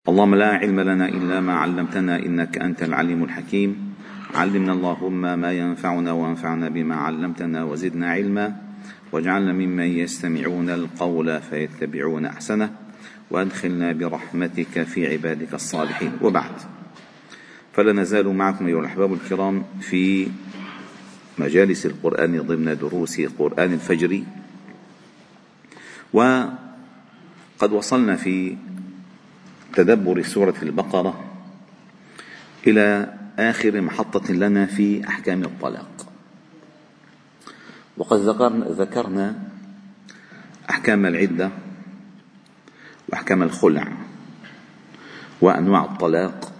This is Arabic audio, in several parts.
اللهم لا علم لنا إلا ما علمتنا إنك أنت العليم الحكيم. علمنا اللهم ما ينفعنا وانفعنا بما علمتنا وزدنا علما، واجعلنا ممن يستمعون القول فيتبعون أحسنه، وأدخلنا برحمتك في عبادك الصالحين. وبعد، فلا نزال معكم أيها الأحباب الكرام في مجالس القرآن ضمن دروس قرآن الفجر، وقد وصلنا في تدبر سورة البقرة إلى آخر محطة لنا في أحكام الطلاق. وقد ذكرنا أحكام العدة وأحكام الخلع وأنواع الطلاق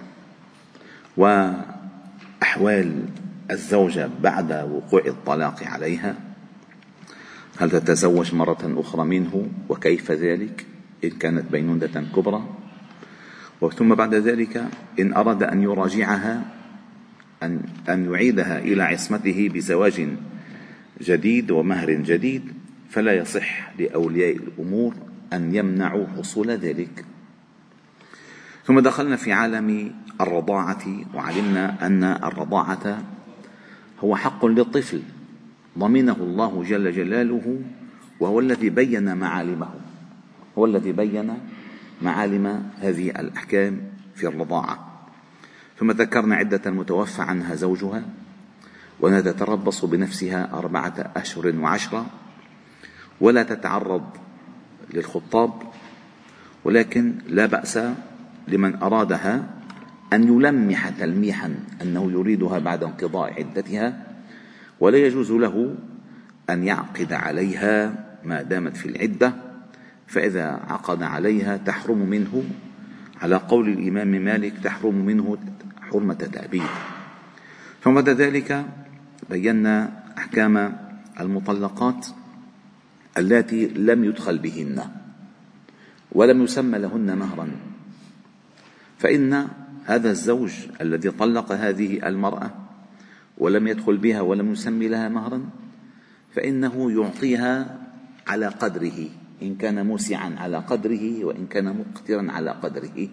وأحوال الزوجة بعد وقوع الطلاق عليها، هل تتزوج مرة أخرى منه وكيف ذلك إن كانت بينونة كبرى، ثم بعد ذلك إن أراد أن يراجعها أن يعيدها إلى عصمته بزواج جديد ومهر جديد، فلا يصح لأولياء الأمور أن يمنعوا حصول ذلك. ثم دخلنا في عالم الرضاعة، وعلمنا أن الرضاعة هو حق للطفل ضمنه الله جل جلاله، وهو الذي بين معالمه، هو الذي بين معالم هذه الأحكام في الرضاعة. ثم ذكرنا عدة المتوفى عنها زوجها وأنها تتربص بنفسها 4 أشهر و10، ولا تتعرض للخطاب، ولكن لا بأس لمن أرادها أن يلمح تلميحا أنه يريدها بعد انقضاء عدتها، ولا يجوز له أن يعقد عليها ما دامت في العدة، فإذا عقد عليها تحرم منه على قول الإمام مالك، تحرم منه حرمة تأبيد. ثم بعد ذلك بينا أحكام المطلقات التي لم يدخل بهن ولم يسمى لهن مهرا، فإن هذا الزوج الذي طلق هذه المرأة ولم يدخل بها ولم يسمي لها مهرا، فإنه يعطيها على قدره، إن كان موسعا على قدره وإن كان مقترا على قدره،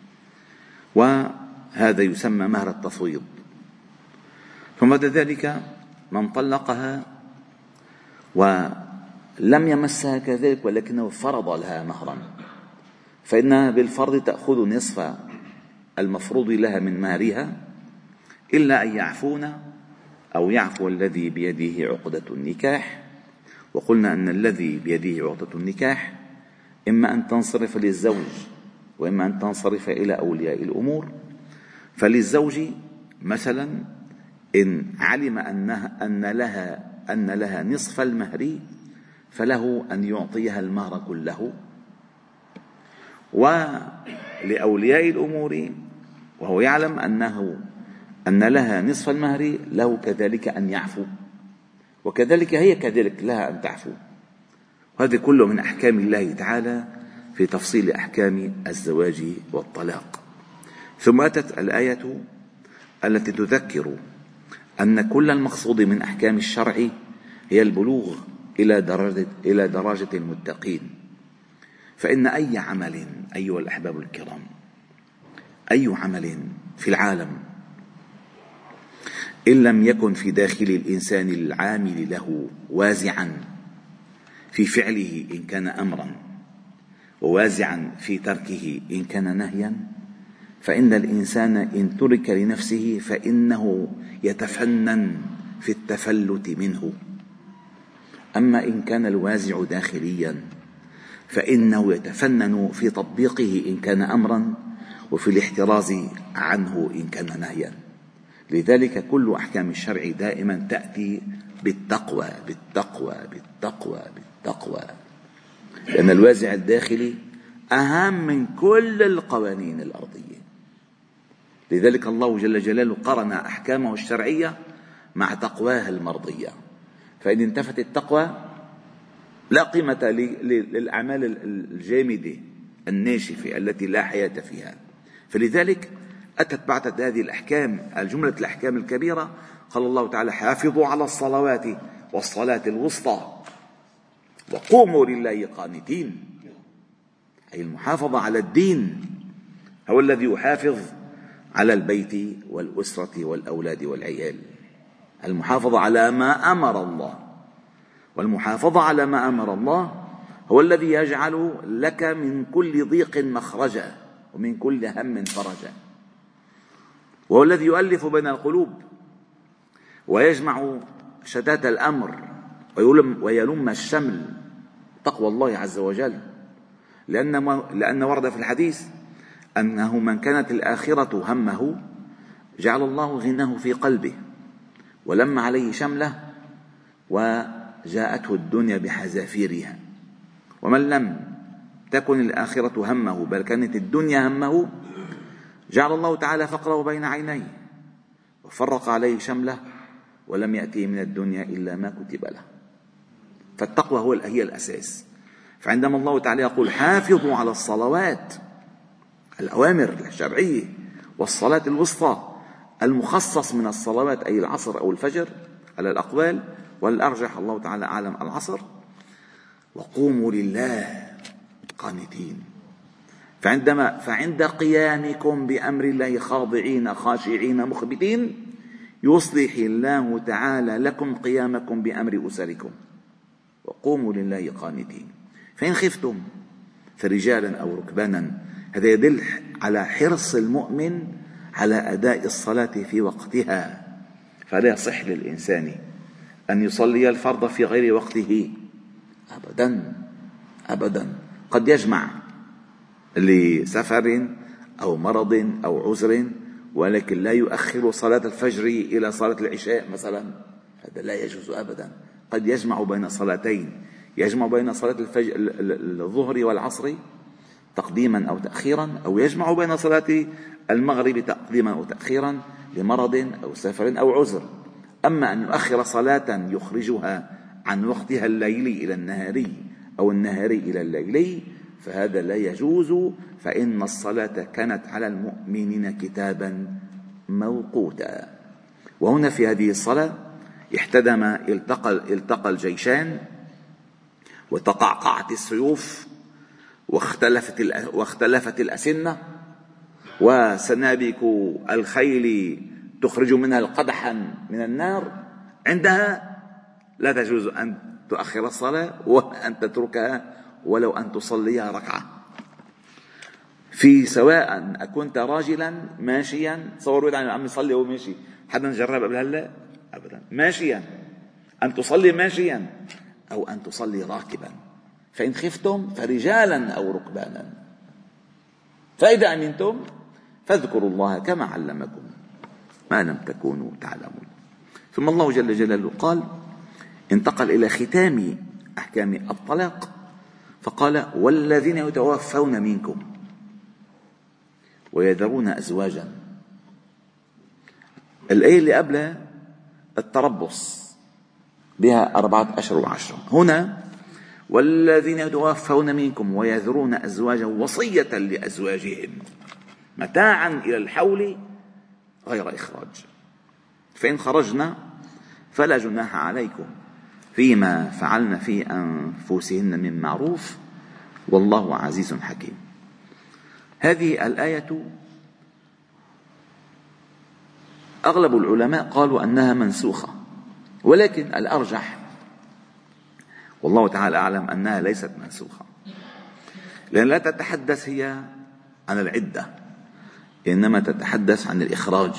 وهذا يسمى مهر التفويض. ثم بعد ذلك من طلقها ولم يمسها كذلك ولكنه فرض لها مهرا، فإنها بالفرض تأخذ نصف المفروض لها من مهرها، إلا أن يعفون أو يعفو الذي بيده عقدة النكاح. وقلنا أن الذي بيده عقدة النكاح إما أن تنصرف للزوج وإما أن تنصرف إلى أولياء الأمور. فللزوج مثلا إن علم أن لها نصف المهر فله أن يعطيها المهر كله، ولأولياء الأمور وهو يعلم أن لها نصف المهر له كذلك أن يعفو، وكذلك هي كذلك لها أن تعفو. وهذا كله من أحكام الله تعالى في تفصيل أحكام الزواج والطلاق. ثم أتت الآية التي تذكر أن كل المقصود من أحكام الشرع هي البلوغ إلى درجة المتقين. فإن أي عمل أيها الأحباب الكرام، أي عمل في العالم إن لم يكن في داخل الإنسان العامل له وازعا في فعله إن كان أمرا، ووازعا في تركه إن كان نهيا، فإن الإنسان إن ترك لنفسه فإنه يتفنن في التفلت منه. أما إن كان الوازع داخليا فإنه يتفنن في تطبيقه إن كان أمرا، وفي الاحتراز عنه إن كان نهيا. لذلك كل أحكام الشرع دائما تأتي بالتقوى بالتقوى بالتقوى بالتقوى، لأن الوازع الداخلي أهم من كل القوانين الأرضية. لذلك الله جل جلاله قرن أحكامه الشرعية مع تقواه المرضية، فإن انتفت التقوى لا قيمة للأعمال الجامدة الناشفة التي لا حياة فيها. فلذلك أتت بعد هذه الأحكام الجملة الأحكام الكبيرة، قال الله تعالى: حافظوا على الصلوات والصلاة الوسطى وقوموا لله قانتين، أي المحافظة على الدين هو الذي يحافظ على البيت والأسرة والأولاد والعيال. المحافظة على ما أمر الله، والمحافظة على ما أمر الله هو الذي يجعل لك من كل ضيق مخرجا ومن كل هم فرجا، وهو الذي يؤلف بين القلوب ويجمع شتات الأمر ويلم الشمل. تقوى الله عز وجل، لأن ورد في الحديث أنه من كانت الآخرة همه جعل الله غناه في قلبه ولم عليه شمله وجاءته الدنيا بحذافيرها، ومن لم تكن الآخرة همه بل كانت الدنيا همه جعل الله تعالى فقره بين عينيه وفرق عليه شمله ولم يأتيه من الدنيا إلا ما كتب له. فالتقوى هي الأساس. فعندما الله تعالى يقول حافظوا على الصلوات، الأوامر الشرعية، والصلاة الوسطى، المخصص من الصلوات أي العصر أو الفجر على الأقوال، والأرجح الله تعالى أعلم العصر، وقوموا لله قانتين. فعند قيامكم بأمر الله خاضعين خاشعين مخبتين يصلح الله تعالى لكم قيامكم بأمر أسركم، وقوموا لله قانتين. فإن خفتم فرجالا أو ركبانا. هذا يدل على حرص المؤمن على أداء الصلاة في وقتها، فلا يصح للإنسان أن يصلي الفرض في غير وقته أبدا أبدا. قد يجمع لسفر أو مرض أو عذر، ولكن لا يؤخر صلاة الفجر إلى صلاة العشاء مثلا، هذا لا يجوز أبدا. قد يجمع بين صلاتين، يجمع بين صلاة الظهر والعصر تقديما أو تأخيرا، أو يجمع بين صلاة المغرب تقديما أو تأخيرا لمرض أو سفر أو عذر. أما أن يؤخر صلاة يخرجها عن وقتها الليلي إلى النهاري أو النهاري إلى الليلي فهذا لا يجوز، فإن الصلاة كانت على المؤمنين كتابا موقوتا. وهنا في هذه الصلاة التقى الجيشان وتقعقعت السيوف واختلفت الأسنة، وسنابك الخيل تخرج منها القدح من النار. عندها لا تجوز أن تؤخر الصلاة وأن تتركها ولو أن تصليها ركعة. في سواء أكنت راجلا ماشيا، تصوروا يعني عم يصلي وهو ماشي، حدا جرب قبل هلا؟ أبدا. ماشيا، أن تصلي ماشيا أو أن تصلي راكبا. فإن خفتم فرجالا أو ركبانا، فإذا أمنتم فاذكروا الله كما علمكم ما لم تكونوا تعلمون. ثم الله جل جلاله قال، انتقل إلى ختام أحكام الطلاق فقال والذين يتوفون منكم ويذرون أزواجا. الآية اللي قبلها التربص بها 4 أشهر و10، هنا والذين يتوفون منكم ويذرون أزواجا وصية لأزواجهم متاعا إلى الحول غير إخراج، فإن خرجنا فلا جناح عليكم فيما فعلن في أنفسهن من معروف والله عزيز حكيم. هذه الآية أغلب العلماء قالوا أنها منسوخة، ولكن الأرجح والله تعالى أعلم أنها ليست منسوخة، لأن لا تتحدث هي عن العدة، إنما تتحدث عن الإخراج.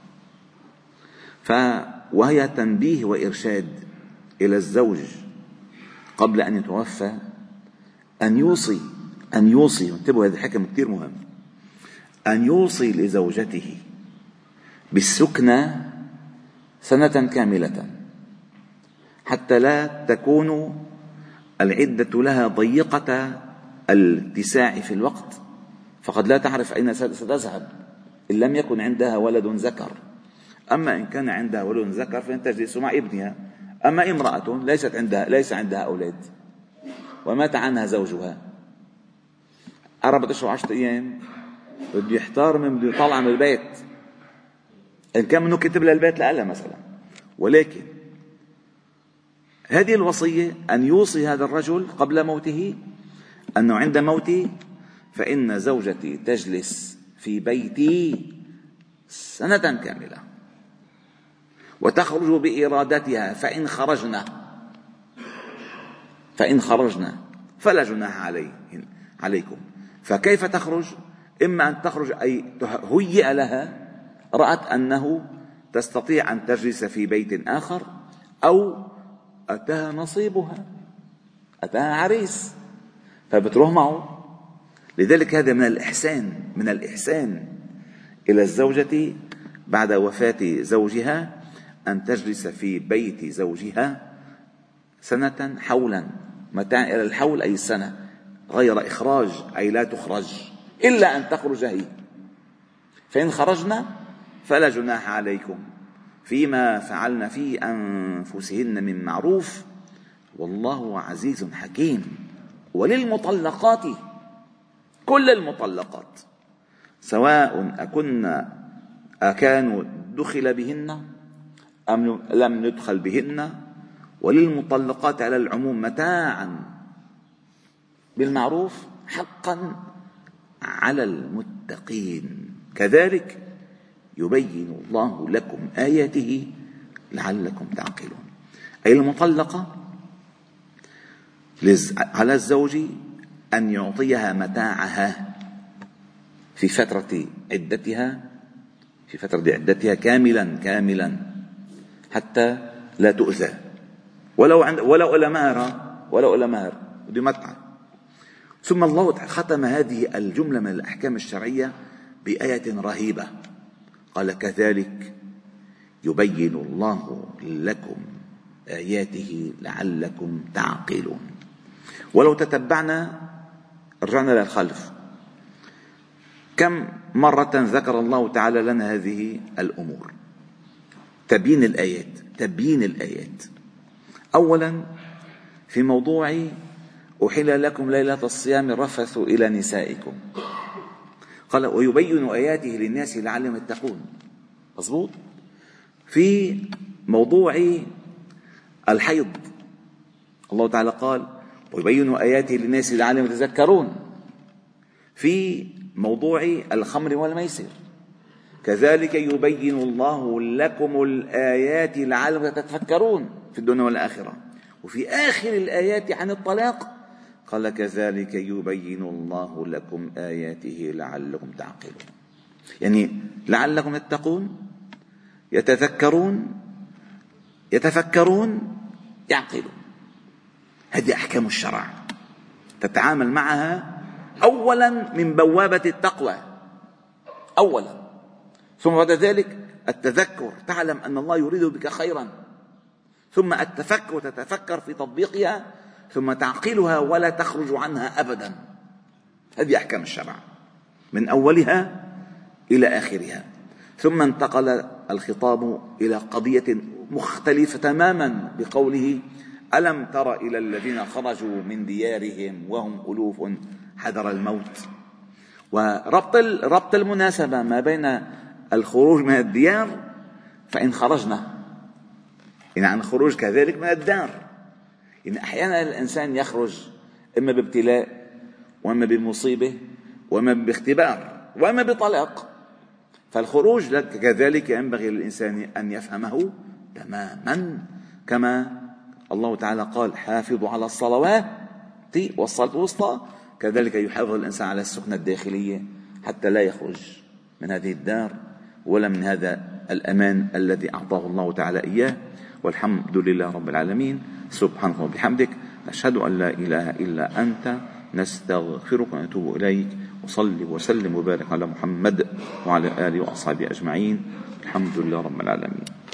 وهي تنبيه وإرشاد إلى الزوج قبل أن يتوفى أن يوصي انتبهوا هذا الحكم كتير مهم، أن يوصي لزوجته بالسكنى 1 سنة كاملة حتى لا تكون العدة لها ضيقة الاتساع في الوقت، فقد لا تعرف أين ستذهب إن لم يكن عندها ولد ذكر. أما إن كان عندها ولد ذكر فإن تجلس مع ابنها. أما امرأة ليس عندها أولاد ومات عنها زوجها 4 أشهر 10 أيام، بده يحتار من بده يطلع من البيت، إن كان منه كتب للبيت لألا مثلا. ولكن هذه الوصية أن يوصي هذا الرجل قبل موته أنه عند موتي فإن زوجتي تجلس في بيتي سنة كاملة، وتخرج بإرادتها، فإن خرجنا فلا جناح عليكم. فكيف تخرج؟ إما أن تخرج أي هيئ لها، رأت أنه تستطيع أن تجلس في بيت آخر، أو أتاها نصيبها، أتاها عريس فبتروح معه. لذلك هذا من الإحسان إلى الزوجة بعد وفاة زوجها أن تجلس في بيت زوجها سنة حولا، متاع إلى الحول أي سنة، غير إخراج أي لا تخرج إلا أن تخرج هي. فإن خرجنا فلا جناح عليكم فيما فعلن في أنفسهن من معروف والله عزيز حكيم. وللمطلقات، كل المطلقات سواء أكانوا دخل بهن أم لم ندخل بهن، وللمطلقات على العموم متاعا بالمعروف حقا على المتقين، كذلك يبين الله لكم آياته لعلكم تعقلون. أي المطلقة على الزوج أن يعطيها متاعها في فترة عدتها كاملا حتى لا تؤذى، ولو إلى مهر بده متعة. ثم الله ختم هذه الجملة من الأحكام الشرعية بآية رهيبة، قال كذلك يبين الله لكم آياته لعلكم تعقلون. ولو تتبعنا رجعنا للخلف، كم مرة ذكر الله تعالى لنا هذه الأمور؟ تبيين الآيات. أولا في موضوع أحل لكم ليلة الصيام الرفث إلى نسائكم، قال ويبين آياته للناس لعلهم يتقون، مضبوط. في موضوع الحيض الله تعالى قال ويبين آياته للناس لعلهم يتذكرون. في موضوع الخمر والميسر كذلك يبين الله لكم الآيات لعلكم تتفكرون في الدنيا والآخرة. وفي آخر الآيات عن الطلاق قال كذلك يبين الله لكم آياته لعلكم تعقلون، يعني لعلكم تتقون، يتفكرون يعقلون. هذه أحكام الشرع تتعامل معها أولا من بوابة التقوى أولا، ثم بعد ذلك التذكر، تعلم أن الله يريد بك خيرا، ثم التفكر تتفكر في تطبيقها، ثم تعقلها ولا تخرج عنها أبدا. هذه أحكام الشرع من أولها إلى آخرها. ثم انتقل الخطاب إلى قضية مختلفة تماما بقوله ألم تر إلى الذين خرجوا من ديارهم وهم ألوف حذر الموت. وربط المناسبة ما بين الخروج من الديار فإن خرجنا، إن عن خروج كذلك من الدار. إن أحيانا الإنسان يخرج إما بابتلاء وإما بمصيبة وإما باختبار وإما بطلاق، فالخروج كذلك ينبغي للإنسان أن يفهمه تماما، كما الله تعالى قال حافظوا على الصلوات والصلاة الوسطى، كذلك يحافظ الإنسان على السكنة الداخلية حتى لا يخرج من هذه الدار ولا من هذا الأمان الذي أعطاه الله تعالى إياه. والحمد لله رب العالمين. سبحانك وبحمدك، نشهد أن لا إله إلا أنت، نستغفرك ونتوب إليك. وصلي وسلم وبارك على محمد وعلى آله وأصحابه أجمعين. الحمد لله رب العالمين.